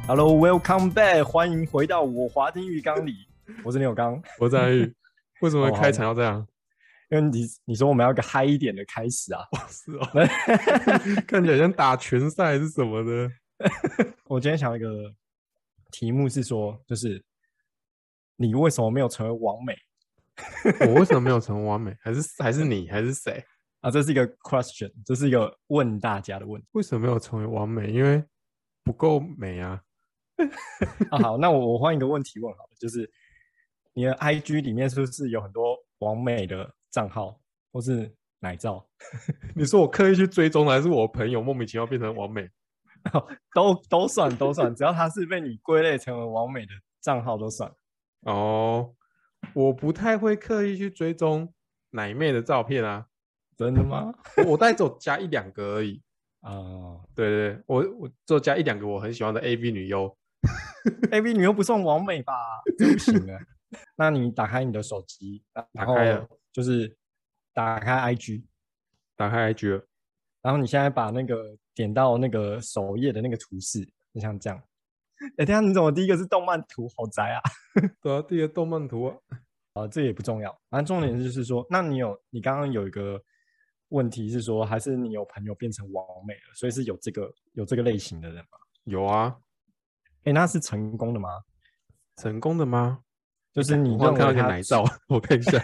Hello, welcome back，欢迎回到我滑进浴缸里。我是刘刚， 我在意为什么会开场要这样？ 因为你说我们要个嗨一点的开始啊。 是哦，看起来像打拳赛是什么的。 我今天想要一个题目是说，就是你为什么没有成为完美我为什么没有成为完美？还是你还是谁？ 啊？这是一个 question， 这是一个问大家的问题为什么没有成为完美？因为不够美啊。 啊。好，那我换一个问题问好了，就是你的 IG 里面是不是有很多完美的账号或是奶照？ 你说我刻意去追踪的，还是我朋友莫名其妙变成完美？ 都算，只要它是被你归类成为完美的账号都算。 哦，我不太会刻意去追踪奶妹的照片啊。 真的吗？ 我大概只有加一两个而已。 啊对对对，我只有加一两个我很喜欢的 AV 女优。 ，AV 女优不算完美吧？这不行的。那你打开你的手机，然后打开了， 就是打开 IG， 打开 IG 了。 然后你现在把那个点到那个首页的那个图示，就像这样。哎，等一下你怎么第一个是动漫图？好宅啊！ 对啊，第一个动漫图啊。 这也不重要。反正重点就是说，那你刚刚有一个问题是说，还是你有朋友变成完美了，所以是有这个类型的人吗？ 有啊。 哎，那是成功的吗？ 成功的吗？ 就是你我忽然看到一个认为他奶照，我看一下。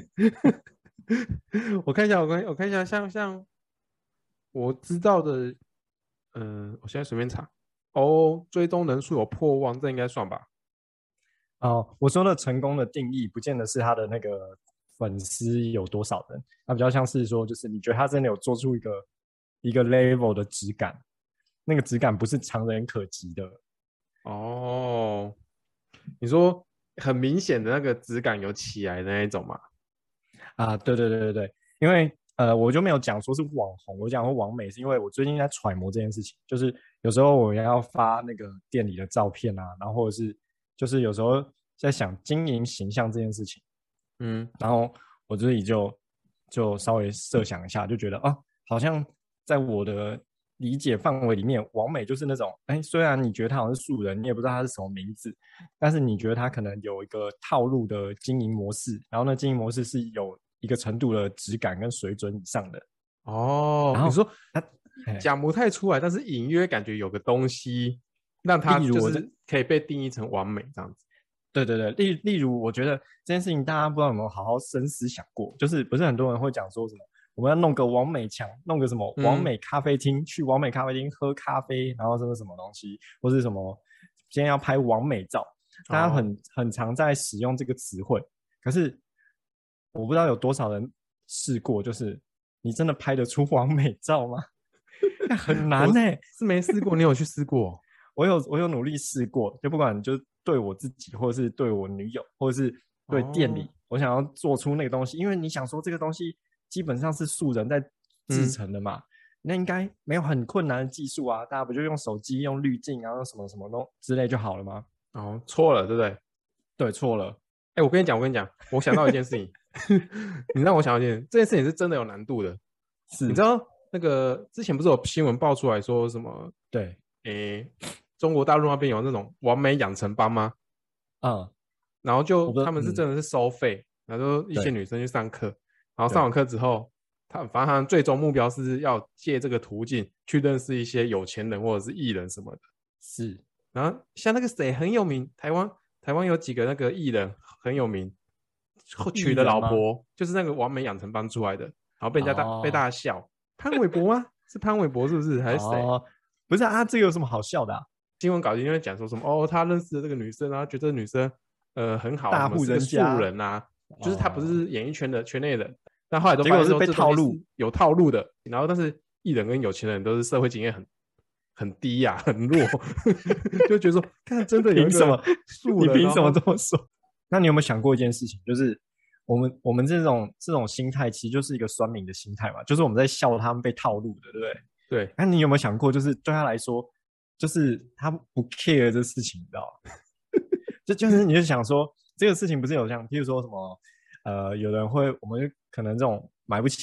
我看一下，像我知道的。我现在随便查。哦，追踪人数有破万，这应该算吧？ 哦，我说的成功的定义，不见得是他的那个粉丝有多少人，它比较像是说，就是你觉得他真的有做出一个 level 的质感，那个质感不是常人可及的。 哦，你说很明显的那个质感有起来的那一种嘛？ 啊。对对对对对，因为我就没有讲说是网红，我讲说网美，是因为我最近在揣摩这件事情，就是有时候我要发那个店里的照片啊，然后或者是就是有时候在想经营形象这件事情。 嗯。 然后我自己就稍微设想一下，就觉得啊，好像在我的理解范围里面，王美就是那种，哎，虽然你觉得他好像是素人，你也不知道他是什么名字，但是你觉得他可能有一个套路的经营模式，然后呢，经营模式是有一个程度的质感跟水准以上的。 哦， 然后你说他，哎， 讲不太出来，但是隐约感觉有个东西让它就例如我在是可以被定义成完美这样子。 对对对，例如，我觉得这件事情大家不知道有没有好好深思想过，就是不是很多人会讲说什么，我们要弄个完美墙，弄个什么完嗯。 美咖啡厅，去完美咖啡厅喝咖啡，然后什么什么东西，或是什么今天要拍完美照，大家哦， 很常在使用这个词汇，可是我不知道有多少人试过，就是你真的拍得出完美照吗？那很我难呢、欸。 是没试过，你有去试过？ 我有努力试过，就不管就对我自己，或者是对我女友，或者是对店哦。 里，我想要做出那个东西，因为你想说这个东西基本上是素人在制嗯。 成的嘛，那应该没有很困难的技术啊，大家不就用手机用滤镜啊，用什么什么弄之类就好了吗？ 哦，错了，对不对？ 对，错了。 哎，我跟你讲，我想到一件事情。你让我想到一件，这件事情是真的有难度的。你知是， 道那个之前不是有新闻爆出来说什么？ 对， 诶，中国大陆那边有那种完美养成班吗？ 嗯， 然后就我不， 他们是真的是收费，然后就一些对女生去上课，然后上对， 完课之后，反正他们最终目标是要借这个途径去认识一些有钱人或者是艺人什么的。 是然后像那个谁很有名，台湾有几个那个艺人很有名，娶的艺人吗？ 老婆就是那个完美养成班出来的，然后被大哦家笑。潘玮柏吗？是潘玮柏是不是？还是谁？ 哦，不是啊，这个有什么好笑的啊？ 新闻稿就因为讲说什么哦，他认识的这个女生啊，觉得这个女生很好，什么大户是个素人家人啊，就是他不哦， 是演艺圈的圈内人，但后来都发现说结果是被这东西是套路。 有套路的，然后但是艺人跟有钱人都是社会经验很低呀、很弱。就觉得说，看真的有一个凭什么？ 素人， 你凭什么然后这么说？那你有没有想过一件事情，就是我们这种心态，其实就是一个酸民的心态嘛，就是我们在笑他们被套路的，对不对？ 对。 那你有没有想过，就是对他来说，就是他不 care 这事情，你知道吗？就是你就想说，这个事情不是有像，譬如说什么，有人会，我们可能这种买不起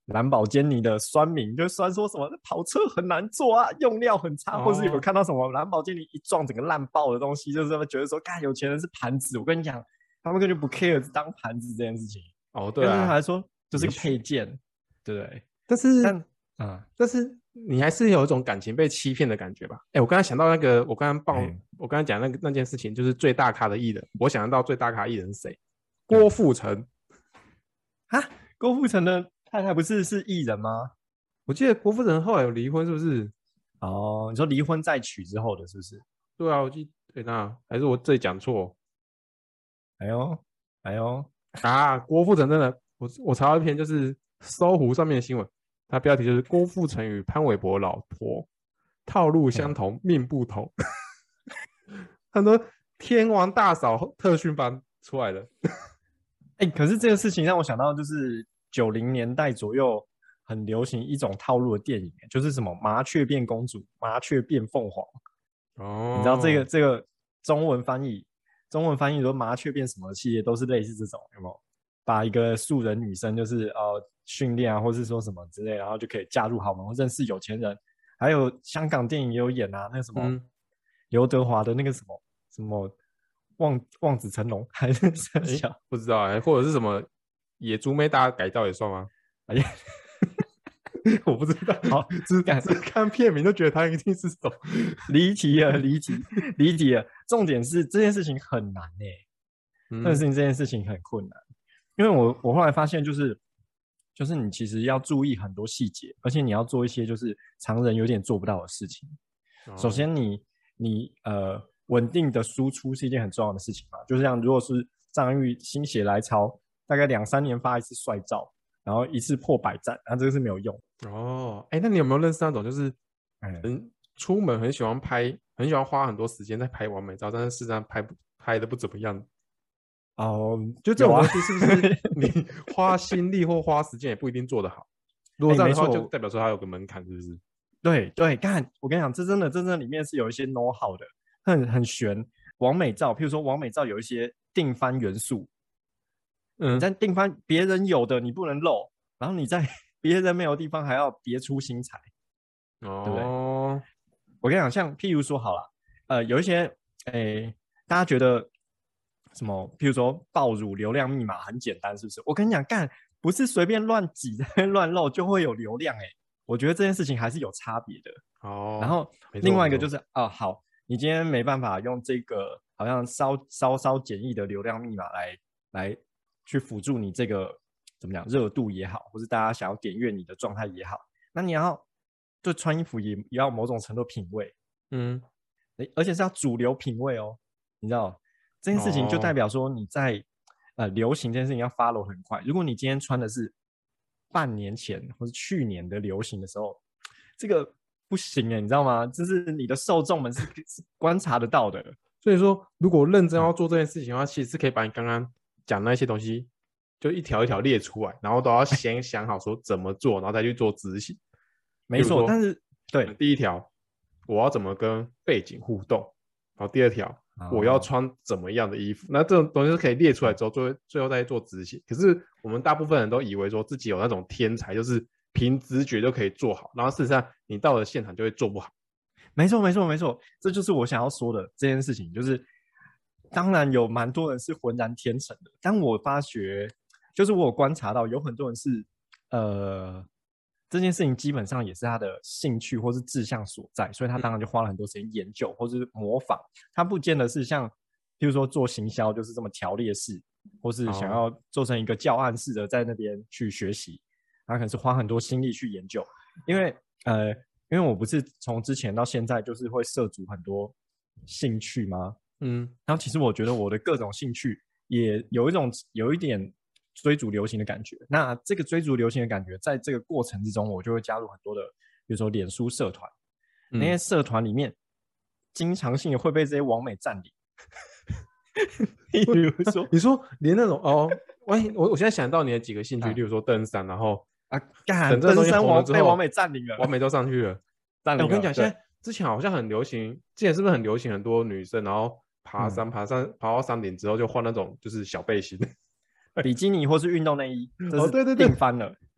兰博基尼的酸民，就酸说什么跑车很难做啊，用料很差，或是有看到什么兰博基尼一撞整个烂爆的东西，就是他们觉得说，看有钱人是盘子。我跟你讲，他们根本就不 care 当盘子这件事情。 对啊， 但是还说就是个配件，对不对？ 但是你还是有一种感情被欺骗的感觉吧？我刚才想到那个，我刚才讲那件事情，就是最大咖的艺人，我想到最大咖艺人是谁？郭富城啊，郭富城的太太不是艺人吗？ 我记得郭富城后来有离婚，是不是？ 哦，你说离婚再娶之后的，是不是？ 对啊，我记得那还是我这里讲错？ 哎呦，哎呦啊！郭富城真的，我查到一篇就是搜狐上面的新闻，它标题就是郭富城与潘玮柏老婆套路相同，命不同。很多天王大嫂特训班出来了。 可是这个事情让我想到，就是90年代左右很流行一种套路的电影，就是什么麻雀变公主、麻雀变凤凰。你知道这个中文翻译说麻雀变什么系列都是类似这种，有没有？把一个素人女生就是训练啊，或是说什么之类，然后就可以嫁入豪门，认识有钱人。还有香港电影也有演啊，那个什么刘德华的那个什么望子成龙还是什么？ 不知道或者是什么野猪妹大改造也算吗？ 哎呀， 我不知道， 好， 只看片名就觉得他一定是走离题了。重点是这件事情很难这件事情很困难，因为我后来发现就是你其实要注意很多细节，而且你要做一些就是常人有点做不到的事情。首先你稳定的输出是一件很重要的事情嘛，就是像如果是张玉心血来潮，大概2-3年发一次帅照，然后一次破100赞，这个是没有用。 那你有没有认识那种就是出门很喜欢拍，很喜欢花很多时间在拍完美照，但是事实上拍的不怎么样？就这种东西是不是你花心力或花时间也不一定做得好？如果这样的话，就代表说它有个门槛，是不是？ 对，干，我跟你讲，这真的里面是有一些 know how 的，很玄。完美照，譬如说完美照有一些定番元素，你在定番别人有的你不能漏，然后你在别人没有的地方还要别出心裁，对不对？我跟你讲，像譬如说好了，有一些大家觉得什么，譬如说爆乳流量密码很简单，是不是？我跟你讲，干不是随便乱挤乱漏就会有流量我觉得这件事情还是有差别的。然后另外一个就是好，你今天没办法用这个好像稍简易的流量密码来去辅助你这个怎么讲热度也好，或是大家想要点阅你的状态也好，那你要就穿衣服也要某种程度品味，而且是要主流品味你知道这件事情就代表说你在流行这件事情要 follow 很快。如果你今天穿的是半年前或是去年的流行的时候，这个不行你知道吗？就是你的受众们是观察得到的。 所以说，如果认真要做这件事情的话，其实是可以把你刚刚讲那些东西就一条一条列出来，然后都要先想好说怎么做，然后再去做执行。 没错，但是对， 第一条我要怎么跟背景互动，然后第二条我要穿怎么样的衣服，那这种东西是可以列出来之后，最后再做执行。可是我们大部分人都以为说自己有那种天才，就是凭直觉就可以做好，然后事实上你到了现场就会做不好。 没错，这就是我想要说的这件事情。就是当然有蛮多人是浑然天成的，但我发觉就是我有观察到有很多人是这件事情基本上也是他的兴趣或是志向所在，所以他当然就花了很多时间研究或是模仿。他不见得是像譬如说做行销就是这么条列式，或是想要做成一个教案式的在那边去学习，他可能是花很多心力去研究。因为我不是从之前到现在就是会涉足很多兴趣吗？然后其实我觉得我的各种兴趣也有一点追逐流行的感觉。那这个追逐流行的感觉，在这个过程之中，我就会加入很多的，比如说脸书社团，那些社团里面经常性的会被这些网美占领。例如说， 你说连那种我现在想到你的几个兴趣，例如说登山，然后登山被网美占领了， 网美都上去了。我跟你讲，现在之前好像很流行，之前是不是很流行很多女生，然后爬到山顶之后就换那种就是小背心、 比基尼或是运动内衣，这是定番了。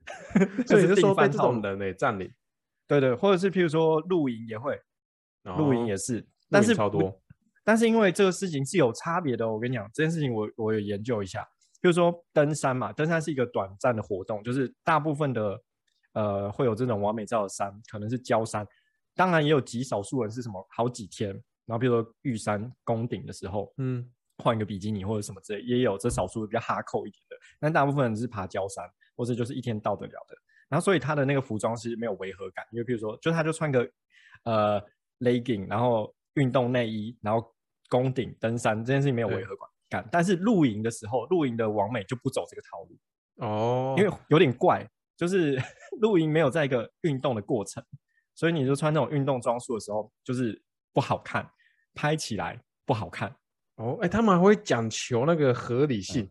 所以你就说被这种人占领。 对对，或者是譬如说露营也会，露营也是，但是超多。 但是因为这个事情是有差别的，我跟你讲，这件事情我有研究一下。比如说登山嘛，登山是一个短暂的活动，就是大部分的会有这种完美照的山，可能是郊山，当然也有极少数人是什么好几天，然后比如说玉山攻顶的时候，换一个比基尼或者什么之类，也有这少数比较哈扣一点的，但大部分人是爬郊山，或者就是一天到得了的。然后所以他的那个服装是没有违和感，因为比如说，就他就穿个legging， 然后运动内衣，然后攻顶登山这件事情没有违和感，但是露营的时候，露营的网美就不走这个套路哦， 因为有点怪，就是露营没有在一个运动的过程，所以你就穿那种运动装束的时候，就是不好看，拍起来不好看。 哦，他们还会讲求那个合理性。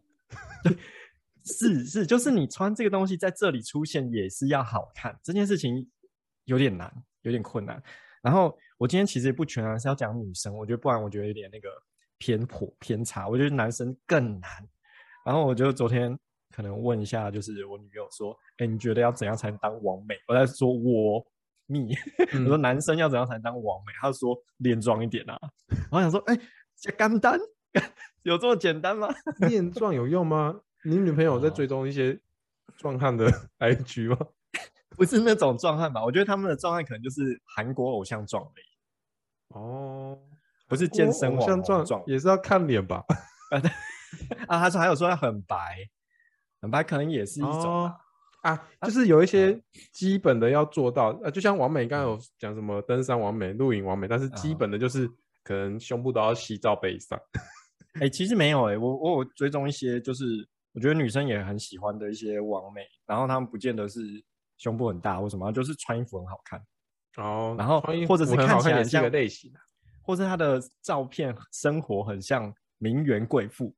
是，就是你穿这个东西在这里出现也是要好看，这件事情有点难，有点困难。然后我今天其实不全然是要讲女生，我觉得不然我觉得有点那个偏差，我觉得男生更难。然后我就昨天可能问一下，就是我女友说，你觉得要怎样才能当网美？我在说我我说男生要怎样才能当网美？他就说练壮一点啊。我想说，这简单，有这么简单吗？ 练壮有用吗？你女朋友在追踪一些壮汉的 IG 吗？ 不是那种壮汉吧？我觉得他们的壮汉可能就是韩国偶像壮而已。 哦， 不是健身网红壮， 也是要看脸吧？ 他说还有说要很白，很白可能也是一种就是有一些基本的要做到。就像王美刚刚有讲什么登山王美、露营王美，但是基本的就是可能胸部都要吸罩杯上。 其实没有我有追踪一些，就是我觉得女生也很喜欢的一些网美，然后他们不见得是胸部很大或什么，就是穿衣服很好看然后或者是看起来很像也是一个类型或者他的照片生活很像名媛贵妇。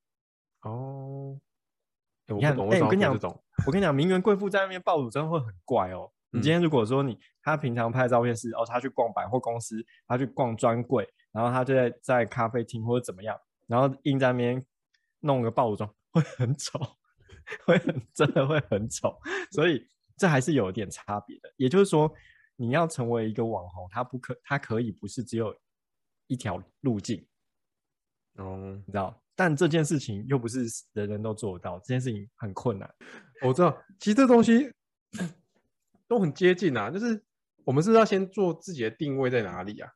你看，我跟你讲，名媛贵妇在那边暴露真的会很怪哦。你今天如果说他平常拍的照片是他去逛百货公司，他去逛专柜，然后他就在咖啡厅或者怎么样，然后硬在那边弄个暴露装，会很丑，真的会很丑。所以这还是有点差别的。也就是说，你要成为一个网红，他可以不是只有一条路径，你知道？但这件事情又不是人人都做得到，这件事情很困难。 我知道，其实这东西都很接近啊，就是我们是要先做自己的定位在哪里啊？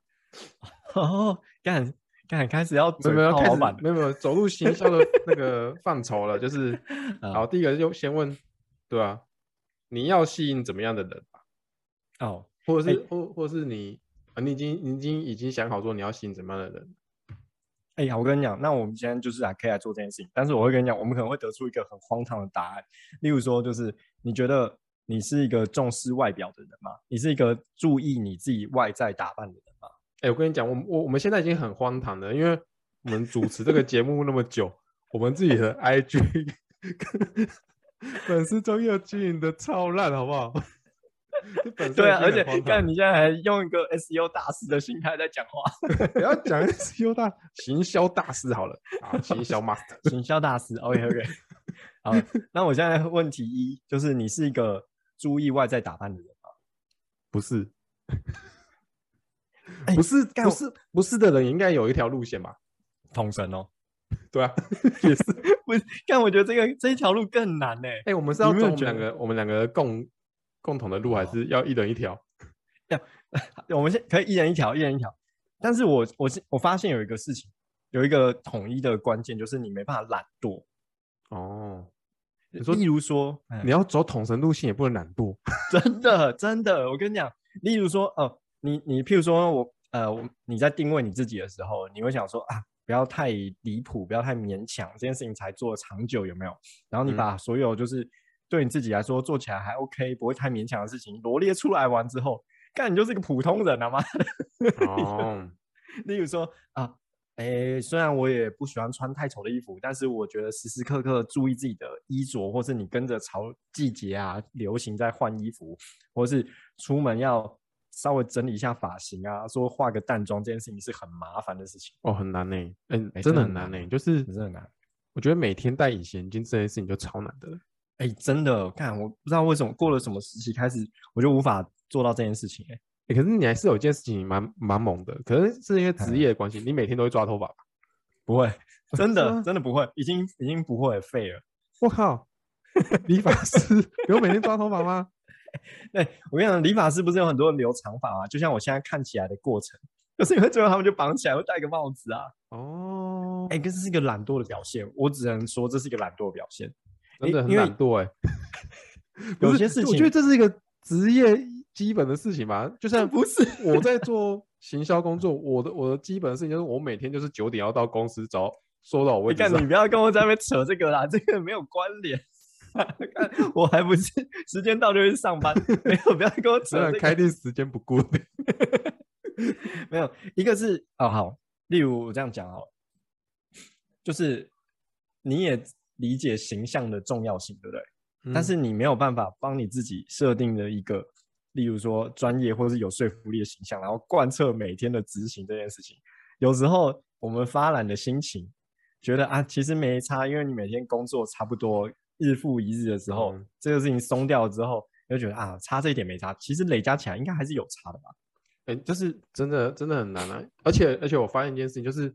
开始要没有走入行销的那个范畴了，就是好，第一个就先问，对啊，你要吸引怎么样的人吧？或者是你已经想好说你要吸引怎么样的人？ 我跟你讲，那我们今天就是可以来做这件事情，但是我会跟你讲，我们可能会得出一个很荒唐的答案。例如说，就是你觉得你是一个重视外表的人吗？你是一个注意你自己外在打扮的人吗？ 我跟你讲，我们现在已经很荒唐了，因为我们主持这个节目那么久，我们自己的 IG 粉丝专页经营的超烂，好不好？ 对啊，而且看你现在还用一个 SEO 大师的心态在讲话， 不要讲 SEO 行销大师好了啊，行销 master， 行销大师 ，OK， 好，那我现在问题一就是你是一个注意外在打扮的人吗？ 不是，不是的人应该有一条路线吧？ 统神哦， 对啊，也是， 但我觉得这一条路更难呢。 我们是要走我们两个共同的路，还是要一人一条？ 我们可以一人一条，但是我发现有一个事情，有一个统一的关键，就是你没办法懒惰。 你说， 例如说， 你要走统神路线也不能懒惰。 真的，我跟你讲，例如说，你譬如说你在定位你自己的时候，你会想说不要太离谱，不要太勉强，这件事情才做长久，有没有？然後你把所有就是对你自己来说做起来还 OK， 不会太勉强的事情罗列出来完之后，干你就是个普通人啊妈的。例如说虽然我也不喜欢穿太丑的衣服，但是我觉得时时刻刻注意自己的衣着，或是你跟着潮季节流行在换衣服，或是出门要稍微整理一下发型说化个淡妆，这件事情是很麻烦的事情。 很难呢，真的很难呢，就是真的很难。 我觉得每天戴隐形眼镜这件事情就超难的了。 哎，真的，看我不知道为什么过了什么时期开始，我就无法做到这件事情。 可是你还是有一件事情蛮猛的，可能是因为职业嗯， 的关系，你每天都会抓头发吧？ 不会，真是吗？ 的真的不会，已经不会废了。 我靠，理发师有每天抓头发吗？ 对，我跟你讲，理发师不是有很多人留长发吗？就像我现在看起来的过程，就是因为最后他们就绑起来，会戴个帽子啊。 哦， 哎，这是一个懒惰的表现，我只能说这是一个懒惰的表现。 真的很因为懒惰哎。不有是，我觉得些事情这是一个职业基本的事情吧。就像不是， 我在做行销工作，我的基本的事情就是我每天就是9点要到公司坐到我位置上。 你看你不要跟我在那边扯这个啦，这个没有关联。我还不是时间到就去上班，没有，不要跟我扯这个。 开店时间不固定。 没有，一个是哦好，例如我这样讲哦，就是你也理解形象的重要性，对不对？但是你没有办法帮你自己设定的一个，例如说专业或是有说服力的形象，然后贯彻每天的执行这件事情。有时候我们发懒的心情，觉得啊，其实没差，因为你每天工作差不多，日复一日的时候，这个事情松掉了之后，就觉得啊，差这一点没差，其实累加起来应该还是有差的吧？ 就是真的很难啊。而且我发现一件事情，就是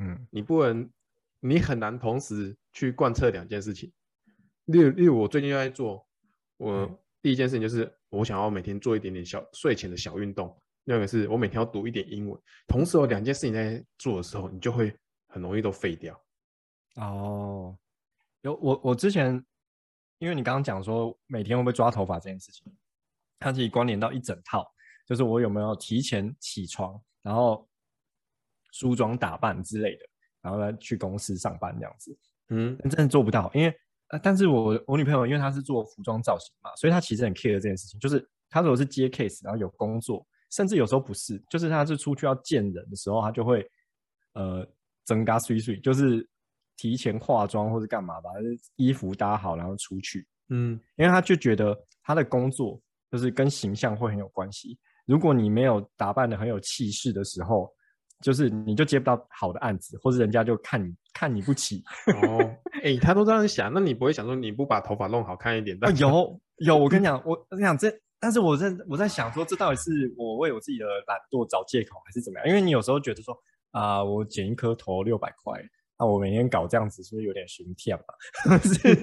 你很难同时去贯彻2件事情。例如我最近就在做，我第一件事情就是我想要每天做一点点睡前的小运动，另外一个是我每天要读一点英文。同时有2件事情在做的时候，你就会很容易都废掉。 哦，我之前，因为你刚刚讲说每天会不会抓头发这件事情，它其实关联到一整套，就是我有没有提前起床，然后梳妆打扮之类的，然后呢去公司上班这样子。但真的做不到，因为但是我女朋友因为她是做服装造型嘛，所以她其实很 care 这件事情，就是她如果是接 case，然后有工作，甚至有时候不是，就是她是出去要见人的时候，她就会增加水，就是提前化妆或者干嘛，把衣服搭好，然后出去。因为她就觉得她的工作就是跟形象会很有关系。如果你没有打扮的很有气势的时候，就是你就接不到好的案子，或者人家就看你不起。 哦，他都这样想，那你不会想说你不把头发弄好看一点的？ 有，我跟你讲，我跟你讲但是我在想说，这到底是我为我自己的懒惰找借口，还是怎么样？因为你有时候觉得说我剪一颗头600块，我每天搞这样子，是不是有点心跳嘛？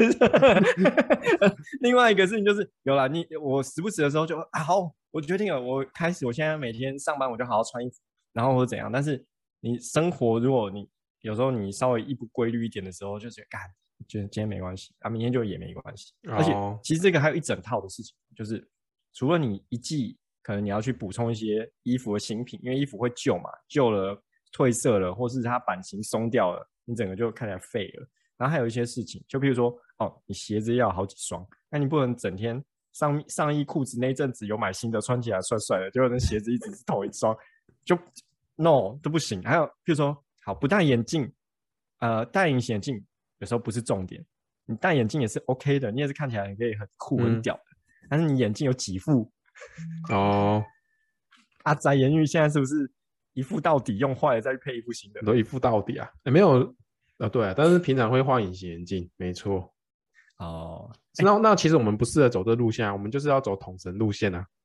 另外一个事情就是有了我时不时的时候就好，我决定了，我现在每天上班我就好好穿衣服，然后或者怎样。但是你生活如果你有时候你稍微一不规律一点的时候，就觉得觉得今天没关系，明天就也没关系。而且其实这个还有一整套的事情，就是除了你一季可能你要去补充一些衣服的新品，因为衣服会旧嘛，旧了褪色了，或是它版型松掉了，你整个就看起来废了。然后还有一些事情，就比如说你鞋子要好几双，那你不能整天上衣裤子那一阵子有买新的穿起来帅帅的，结果那鞋子一直是同一双，就 no 都不行。还有比如说好不戴眼镜，戴隐形眼镜有时候不是重点，你戴眼镜也是 OK 的，你也是看起来可以很酷很屌的，但是你眼镜有几副？阿宅颜玉现在是不是一副到底用坏了再配一副新的？ 都一副到底啊？没有对啊，但是平常会换隐形眼镜，没错。那其实我们不适合走这路线啊，我们就是要走统神路线啊。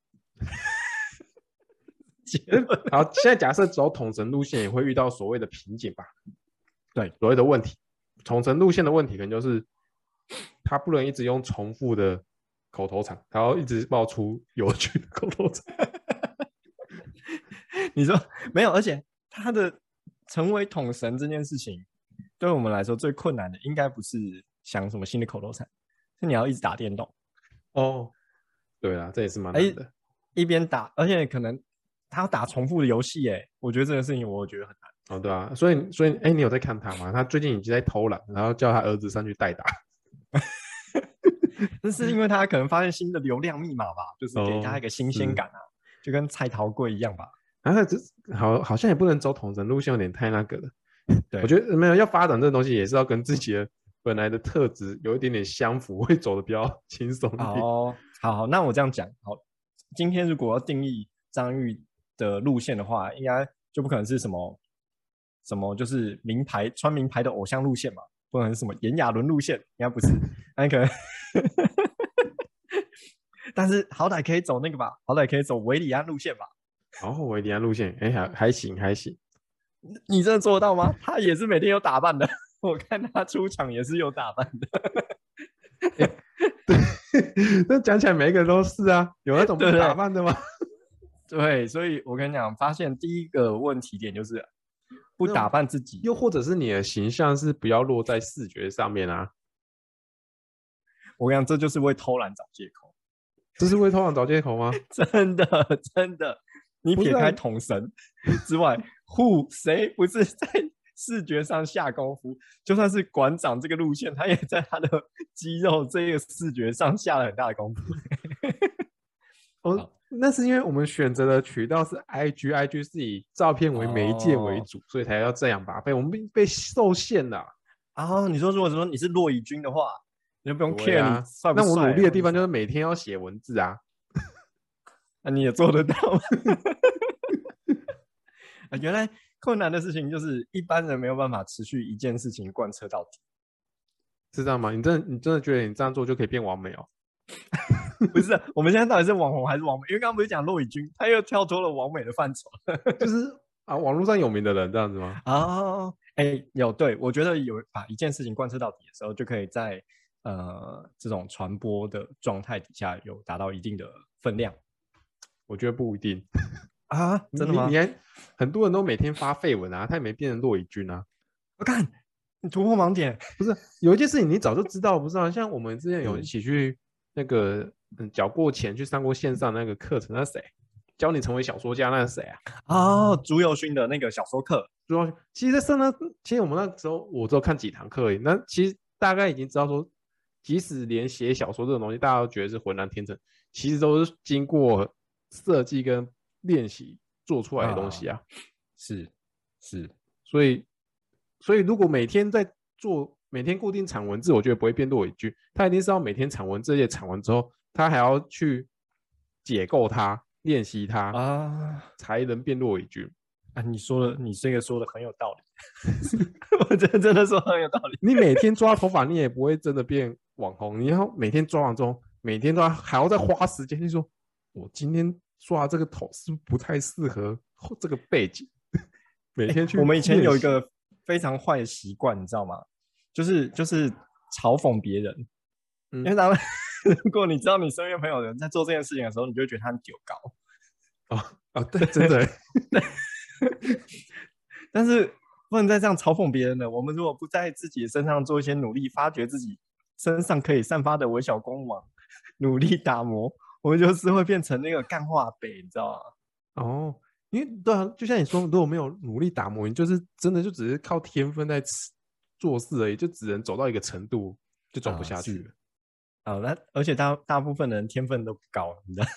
好，现在假设走统神路线也会遇到所谓的瓶颈吧？ 对， 所谓的问题，统神路线的问题可能就是他不能一直用重复的口头禅，他要一直爆出有趣的口头禅。 你说没有，而且他的成为统神这件事情，对我们来说最困难的，应该不是想什么新的口头禅，是你要一直打电动。 对啦，这也是蛮难的。 一边打，而且可能他要打重复的游戏，我觉得这个事情我觉得很难。 对啊，所以你有在看他吗？他最近已经在偷懒，然后叫他儿子上去代打。 那是因为他可能发现新的流量密码吧，就是给他一个新鲜感啊，就跟菜头粿一样吧。 好像也不能走统神路线，有点太那个了。 对， 我觉得没有要发展这个东西，也是要跟自己的本来的特质有一点点相符，会走的比较轻松一点。 好，那我这样讲，好，今天如果要定义张玉的路线的话，应该就不可能是什么就是穿名牌的偶像路线嘛，不可能是什么炎亚纶路线，应该不是，那可能但是好歹可以走那个吧，好歹可以走维里安路线吧。 然后维里安路线，哎，还行还行。 你真的做得到吗？他也是每天有打扮的，我看他出场也是有打扮的。 对，那讲起来每一个都是啊，有那种不打扮的吗？ 对，所以我跟你讲，发现第一个问题点就是不打扮自己， 又或者是你的形象是不要落在视觉上面啊。 我跟你讲，这就是为偷懒找借口。 这是为偷懒找借口吗？ 真的真的，你撇开统神之外，谁不是在视觉上下功夫？就算是馆长这个路线，他也在他的肌肉这个视觉上下了很大的功夫。 那是因为我们选择的渠道是 IG 是以照片为媒介为主，所以才要这样吧？我们被受限了。 你说如果说你是骆以军的话，你就不用 care 你帅不帅。 那我努力的地方就是每天要写文字啊。 那你也做得到吗？原来困难的事情就是一般人没有办法持续一件事情贯彻到底， 是这样吗？你真的觉得你这样做就可以变完美哦？ 不是，我们现在到底是网红还是网美？因为刚刚不是讲骆以军，他又跳脱了网美的范畴， 就是网络上有名的人这样子吗？ 有，对，我觉得有把一件事情贯彻到底的时候，就可以在这种传播的状态底下有达到一定的分量。 我觉得不一定啊，真的吗？ 你还很多人都每天发废文啊，他也没变成骆以军啊。 我看你突破盲点， 不是有一件事情你早就知道，不是吗？像我们之前有一起去那个缴过钱去上过线上那个课程，那谁教你成为小说家？那是谁啊？ 朱友勋的那个小说课。 其实在上那，其实我们那时候我只有看几堂课而已。那其实大概已经知道说，即使连写小说这种东西，大家都觉得是浑然天成，其实都是经过设计跟练习做出来的东西啊。 是， 所以如果每天在做每天固定产文字，我觉得不会变骆以军。他一定是要每天产文字，而且产完之后，他还要去解构它、练习它才能变骆以军。 你这个说的很有道理，我真的说很有道理。 你每天抓头发，你也不会真的变网红。你要每天抓完之后，每天都还要再花时间去说，我今天刷这个头是不是不太适合这个背景？每天去我们以前有一个非常坏的习惯，你知道吗？就是嘲讽别人，因为他们如果你知道你身边朋友人在做这件事情的时候，你就会觉得他很丢高。 对，真的。 对。但是不能再这样嘲讽别人了。我们如果不在自己身上做一些努力，发掘自己身上可以散发的微小光芒，努力打磨，我们就是会变成那个干化北，你知道吗？因为对啊，就像你说，如果没有努力打磨，你就是真的就只是靠天分在做事而已，就只能走到一个程度就走不下去了。 那而且大部分人天分都不高，你知道，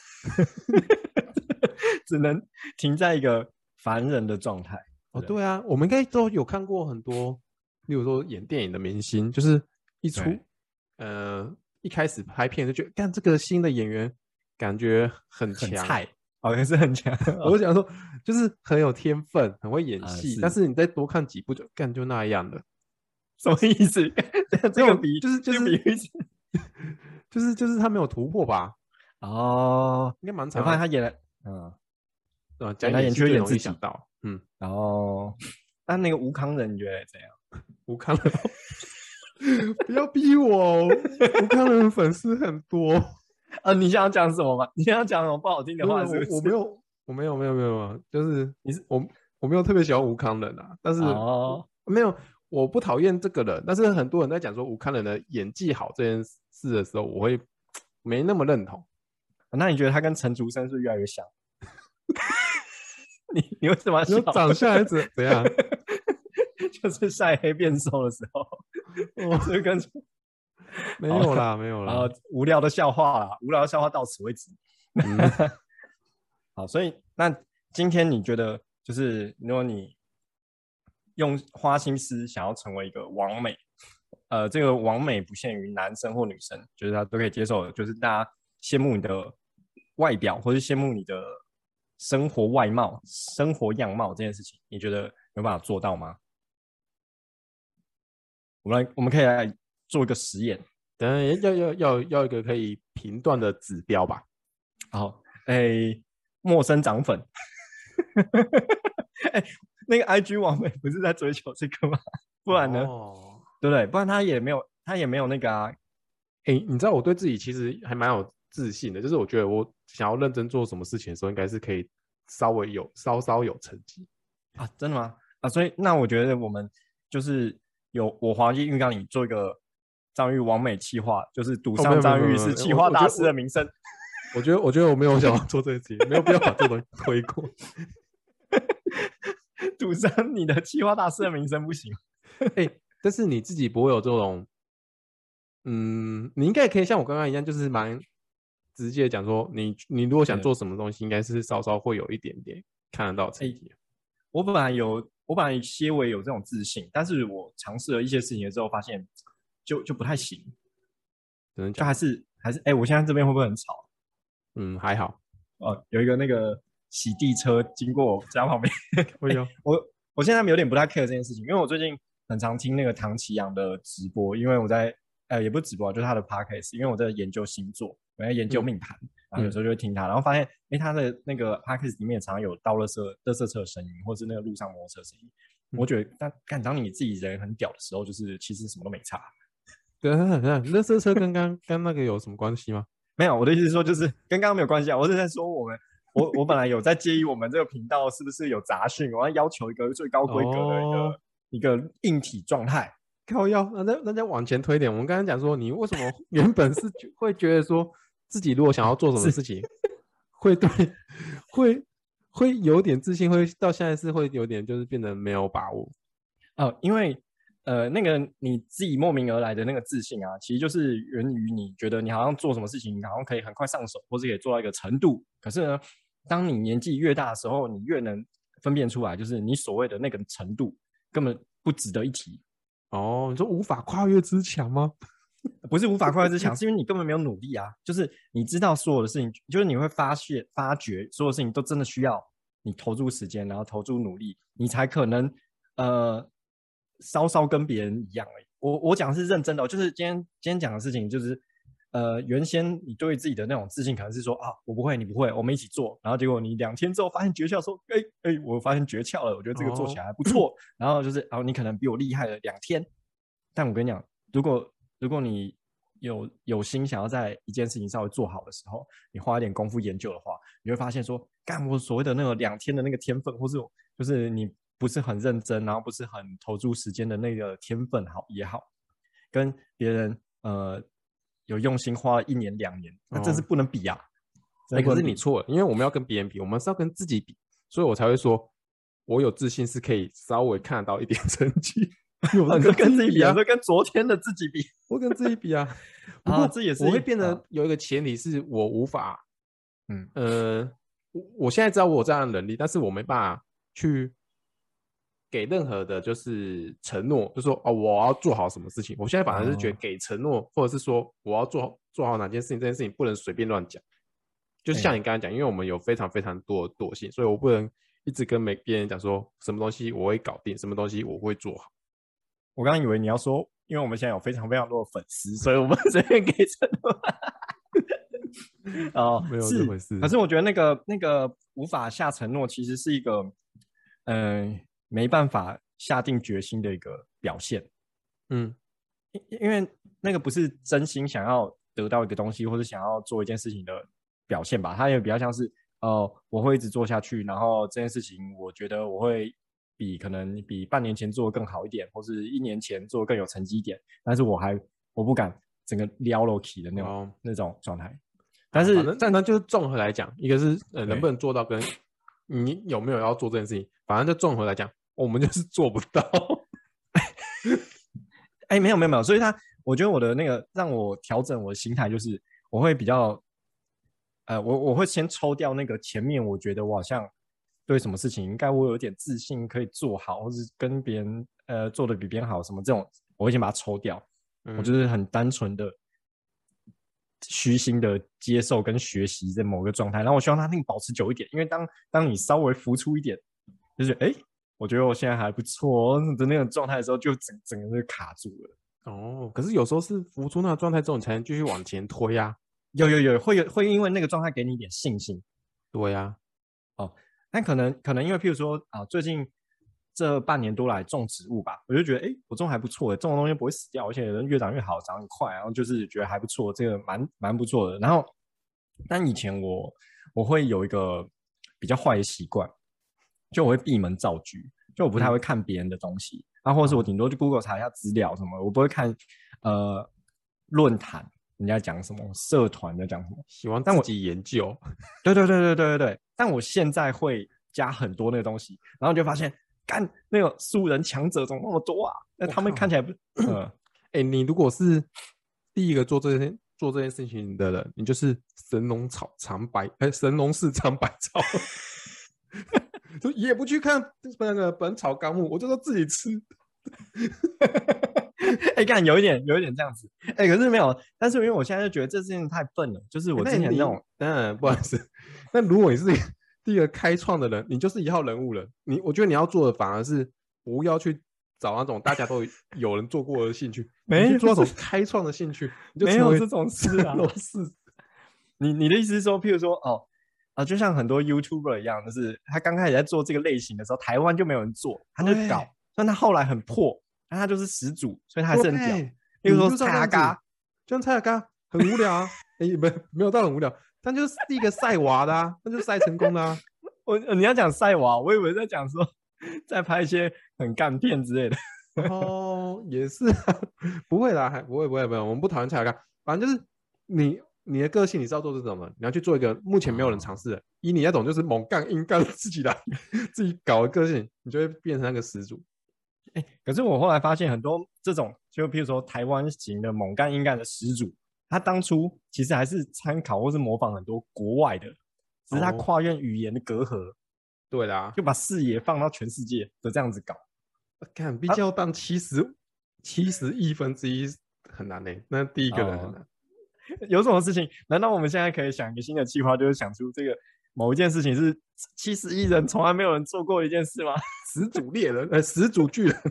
只能停在一个凡人的状态。 对啊，我们应该都有看过很多，例如说演电影的明星，就是一开始拍片就觉得，干这个新的演员感觉很强， 菜，也是很强。 我想说，就是很有天分，很会演戏，但是你再多看几部就那样了。 什么意思？这个比就是他没有突破吧？应该蛮长。 我发现他演了，讲演就容易想到， 然后，但那个吴康仁你觉得怎样？ 吴康仁，不要逼我，吴康仁粉丝很多。 你想要讲什么吗？你想要讲什么不好听的话？ 我没有，就是我没有特别喜欢吴康仁啊，但是没有，我不讨厌这个人，但是很多人在讲说吴康仁的演技好这件事的时候，我会没那么认同。 那你觉得他跟陈竹生是越来越像？你为什么要笑？ 长相还是怎样？ 就是晒黑变瘦的时候，这跟没有啦。 无聊的笑话啦，无聊的笑话到此为止。好，所以那今天你觉得，就是如果你用花心思想要成为一个网美，这个网美不限于男生或女生，就是他都可以接受的，就是大家羡慕你的外表，或是羡慕你的生活外貌、生活样貌这件事情，你觉得有办法做到吗？我们可以来做一个实验。 当然要一个可以评断的指标吧。 好，陌生涨粉，那个 IG 网美不是在追求这个吗？不然呢？对不对？不然他也没有那个啊。 你知道我对自己其实还蛮有自信的，就是我觉得我想要认真做什么事情的时候，应该是可以稍稍有成绩啊。真的吗？啊，所以那我觉得我们就是我华裔浴缸里做一个张玉完美企划，就是赌上张玉是企划大师的名声。 我觉得我没有想要做这些，没有必要把这东西推过。 赌上你的企划大师的名声不行。 但是你自己不会有这种，你应该可以像我刚刚一样，就是蛮直接讲说，你如果想做什么东西，应该是稍稍会有一点点看得到成绩。 我本来些微有这种自信，但是我尝试了一些事情之后，发现就不太行。就还是我现在这边会不会很吵？ 还好。 有一个那个洗地车经过我家旁边。我现在有点不太 care 这件事情，因为我最近很常听那个唐奇阳的直播，因为我在也不是直播，就是他的 podcast， 因为我在研究星座，我在研究命盘，然后有时候就会听他，然后发现他的那个 podcast 里面常常有倒垃圾车的声音，或是那个路上摩托车的声音。我觉得当你自己人很屌的时候，就是其实什么都没差。 对，垃圾车跟那个有什么关系吗？ 没有，我的意思是说，就是跟刚刚没有关系啊。我是在说我本来有在介意我们这个频道是不是有杂讯，我要求一个最高规格的一个硬体状态。 靠腰，那再往前推一点，我们刚刚讲说，你为什么原本是会觉得说自己如果想要做什么事情，会有点自信，会到现在是会有点就是变得没有把握。 因为那个你自己莫名而来的那个自信啊，其实就是源于你觉得你好像做什么事情，好像可以很快上手，或是可以做到一个程度。可是呢，当你年纪越大的时候，你越能分辨出来，就是你所谓的那个程度根本不值得一提。 你说无法跨越之墙吗？ 不是无法跨越之墙，是因为你根本没有努力啊。就是你知道所有的事情，就是你会发觉所有事情都真的需要你投注时间，然后投注努力，你才可能稍稍跟别人一样而已。我讲的是认真的，就是今天讲的事情，就是原先你对自己的那种自信可能是说啊，我不会，你不会，我们一起做。然后结果你2天之后发现诀窍，说我发现诀窍了，我觉得这个做起来还不错。然后就是你可能比我厉害了2天，但我跟你讲，如果你有心想要在一件事情稍微做好的时候，你花一点功夫研究的话，你会发现说，干我所谓的那个2天的那个天分，或是就是你不是很认真，然后不是很投注时间的那个天分也好，跟别人有用心花了1年2年，那真是不能比啊。 可是你错了，因为我们要跟别人比，我们是要跟自己比，所以我才会说，我有自信是可以稍微看得到一点成绩。 我是跟自己比啊，跟昨天的自己比， 我跟自己比啊。不过这也是我会变得有一个前提是我无法，我现在知道我有这样的能力，但是我没办法去给任何的就是承诺，就说我要做好什么事情。我现在反而是觉得给承诺，或者是说我要做好哪件事情，这件事情不能随便乱讲。就是像你刚才讲，因为我们有非常非常多的惰性，所以我不能一直跟别人讲说什么东西我会搞定，什么东西我会做好。 我刚刚以为你要说，因为我们现在有非常非常多的粉丝，所以我们随便给承诺。 没有这回事。 可是我觉得那个无法下承诺，其实是一个没办法下定决心的一个表现。因为那个不是真心想要得到一个东西，或者想要做一件事情的表现吧，它也比较像是我会一直做下去，然后这件事情我觉得我会可能比半年前做的更好一点，或是1年前做的更有成绩一点，但是我不敢整个撩了起的那种状态。但是那就是综合来讲，一个是能不能做到，跟你有没有要做这件事情，反正就综合来讲，我们就是做不到。 没有，所以我觉得我的那个让我调整我的心态，就是我会比较我会先抽掉那个前面我觉得我好像对什么事情应该我有点自信可以做好，或是跟别人做的比别人好什么这种，我会先把它抽掉。我就是很单纯的虚心的接受跟学习在某个状态，然后我希望它保持久一点，因为当你稍微浮出一点，就是我觉得我现在还不错的那种状态的时候，就整个就卡住了。 哦，可是有时候是浮出那个状态之后，你才能继续往前推啊。 有会因为那个状态给你一点信心。 对呀、 哦，但可能因为譬如说啊，最近这半年多来种植物吧，我就觉得我种还不错，种的东西不会死掉，而且人越长越好，长很快，然后就是觉得还不错，这个蛮不错的。然后，但以前我会有一个比较坏的习惯，就我会闭门造车，就我不太会看别人的东西，然后或者是我顶多去 Google 查一下资料什么，我不会看论坛人家讲什么，社团在讲什么， 喜欢自己研究。 对，但我现在会加很多那个东西，然后就发现，干那个素人强者怎么那么多啊？那他们看起来不， 你如果是第一个做这件事情的人，你就是神农氏尝百草，就也不去看那个《本草纲目》，我就说自己吃。 干有一点这样子，可是没有，但是因为我现在就觉得这事情太笨了，就是我之前那种， 不好意思，那如果你是第一个开创的人，你就是一号人物了。我觉得你要做的反而是不要去找那种大家都有人做过的兴趣， 没去做那种开创的兴趣，你就没有这种事啊。 是你的意思是说，譬如说就像很多 YouTuber 一样，就是他刚开始在做这个类型的时候，台湾就没有人做，他就搞，但他后来很破，但他就是始祖，所以他还是很屌。例如说蔡阿嘎， 就像蔡阿嘎很无聊啊，没有到很无聊，但就是第一个晒娃的啊，那就是晒成功的啊。 你要讲晒娃，我以为在讲说在拍一些很干片之类的。 也是啊，不会啦，不会，我们不讨厌蔡阿嘎，反正就是你的个性你是要做这种的，你要去做一个目前没有人尝试的，以你那种就是猛干硬干自己来自己搞的个性，你就会变成那个始祖。 可是我后来发现很多这种，就譬如说台湾型的猛干硬干的始祖，他当初其实还是参考或是模仿很多国外的，只是他跨越语言的隔阂， 对啦， 就把视野放到全世界的这样子搞。 看，毕竟要当70亿分之一很难呢，那第一个人很难。 有什么事情？难道我们现在可以想一个新的计划，就是想出这个某一件事情是70亿人从来没有人做过的一件事吗？ 始祖猎人，始祖巨人。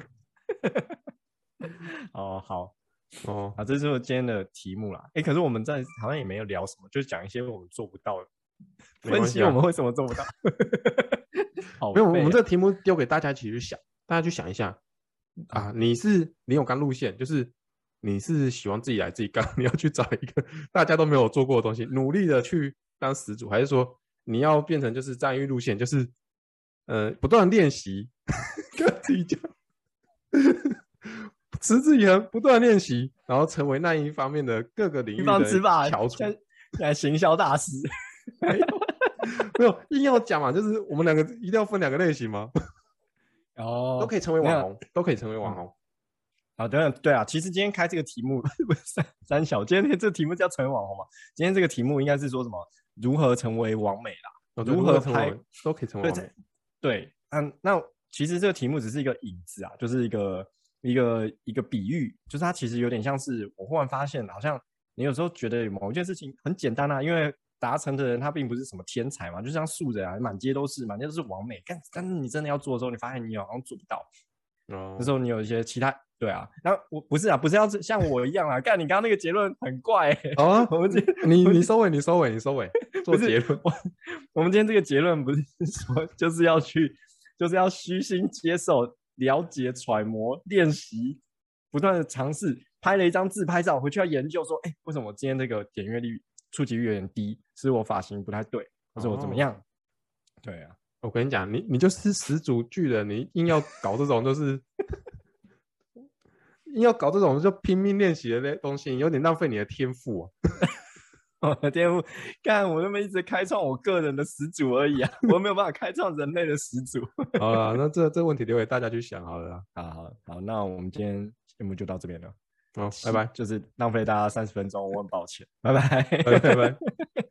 好，这就是今天的题目啦。可是我们好像也没有聊什么，就讲一些我们做不到的，分析我们为什么做不到。 没有，我们这个题目丢给大家一起去想，大家去想一下啊，你有干路线，就是你是喜欢自己来自己干，你要去找一个大家都没有做过的东西，努力的去当始祖，还是说你要变成就是战役路线，就是不断练习，跟自己讲，持之以恒，不断练习，然后成为那一方面的各个领域的翘楚， 行销大师。 没有硬要讲嘛，就是我们两个一定要分两个类型吗？都可以成为网红，都可以成为网红。 好的，对啊，其实今天开这个题目三小，今天这个题目叫成为网红嘛？今天这个题目应该是说什么？如何成为网美啦？如何拍都可以成为网美。 对，那其实这个题目只是一个引子啊，就是一个比喻，就是它其实有点像是我忽然发现，好像你有时候觉得某一件事情很简单啊，因为达成的人他并不是什么天才嘛，就像素人啊，满街都是网美，但是你真的要做的时候，你发现你好像做不到。那时候你有一些其他对啊，然后我不是要像我一样啊，干你刚刚那个结论很怪我们你收尾做结论。 我们今天这个结论不是说就是要虚心接受、了解、揣摩、练习，不断的尝试。拍了一张自拍照回去要研究说，为什么我今天这个点阅率、触及率有点低？是我发型不太对，或者我怎么样？对啊。 我跟你讲，你就是始祖巨人，你硬要搞这种就是硬要搞这种就拼命练习的东西，有点浪费你的天赋啊！ 我的天赋，干我那么一直开创我个人的始祖而已啊，我没有办法开创人类的始祖。 好了，那这问题留给大家去想好了啦。 好，那我们今天节目就到这边了。 好，拜拜。 就是浪费大家30分钟，我很抱歉，拜拜， 拜拜。